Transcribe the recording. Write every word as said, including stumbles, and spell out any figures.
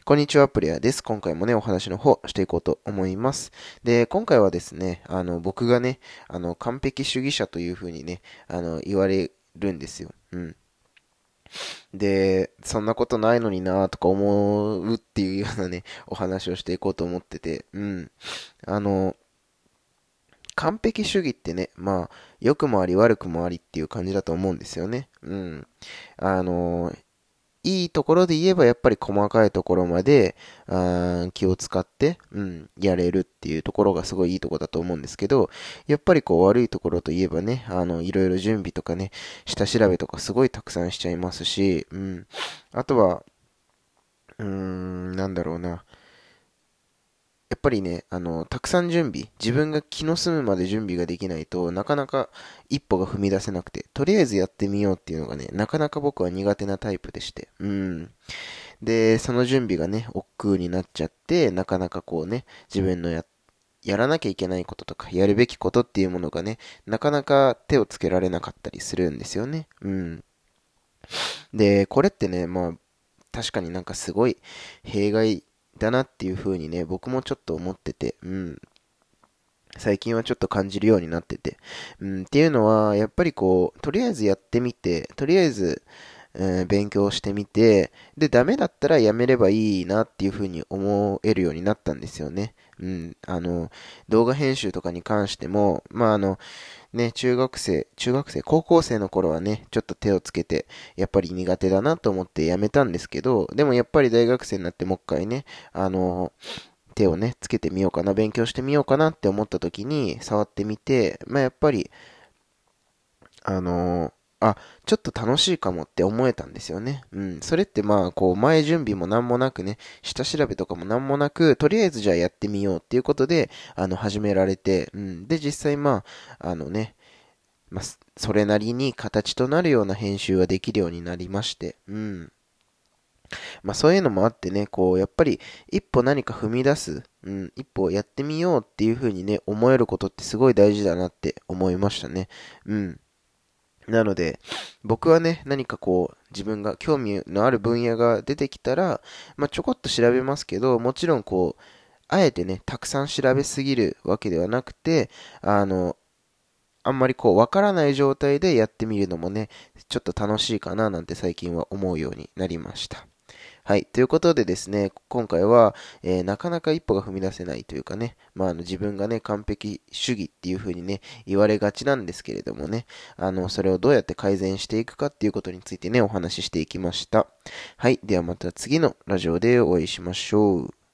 こんにちは、プレイヤーです。今回もね、お話の方していこうと思います。で、今回はですね、あの、僕がね、あの、完璧主義者というふうにね、あの、言われるんですよ。うん。で、そんなことないのになとか思うっていうようなね、お話をしていこうと思ってて、うん。あの、完璧主義ってね、まあ、良くもあり悪くもありっていう感じだと思うんですよね。うん。あの、いいところで言えばやっぱり細かいところまであー気を使って、うん、やれるっていうところがすごいいいところだと思うんですけど、やっぱりこう悪いところといえばね、あの、いろいろ準備とかね、下調べとかすごいたくさんしちゃいますし、うん、あとは、うーん、なんだろうな。やっぱりね、あの、たくさん準備、自分が気の済むまで準備ができないとなかなか一歩が踏み出せなくて、とりあえずやってみようっていうのがね、なかなか僕は苦手なタイプでして、うん。で、その準備がね、億劫になっちゃって、なかなかこうね、自分のや、やらなきゃいけないこととか、やるべきことっていうものがね、なかなか手をつけられなかったりするんですよね。うん。で、これってね、まあ、確かになんかすごい弊害だなっていう風にね、僕もちょっと思ってて、うん。最近はちょっと感じるようになってて。うん、っていうのは、やっぱりこう、とりあえずやってみて、とりあえず、えー勉強してみて、で、ダメだったらやめればいいなっていうふうに思えるようになったんですよね。うん。あの、動画編集とかに関しても、まあ、あの、ね、中学生、中学生、高校生の頃はね、ちょっと手をつけて、やっぱり苦手だなと思ってやめたんですけど、でもやっぱり大学生になってもう一回ね、あの、手をね、つけてみようかな、勉強してみようかなって思った時に触ってみて、まあやっぱり、あのーあ、ちょっと楽しいかもって思えたんですよね。うん。それってまあ、こう、前準備も何もなくね、下調べとかも何もなく、とりあえずじゃあやってみようっていうことで、あの、始められて、うん。で、実際まあ、あのね、まあ、それなりに形となるような編集ができるようになりまして、うん。まあそういうのもあってね、こう、やっぱり一歩何か踏み出す、うん、一歩やってみようっていう風にね、思えることってすごい大事だなって思いましたね。うん。なので、僕はね、何かこう、自分が興味のある分野が出てきたら、まあちょこっと調べますけど、もちろんこう、あえてね、たくさん調べすぎるわけではなくて、あの、あんまりこう、わからない状態でやってみるのもね、ちょっと楽しいかななんて最近は思うようになりました。はい。ということでですね、今回は、えーなかなか一歩が踏み出せないというかね、まあ、あの自分がね、完璧主義っていう風にね、言われがちなんですけれどもね、あの、それをどうやって改善していくかっていうことについてね、お話ししていきました。はい。ではまた次のラジオでお会いしましょう。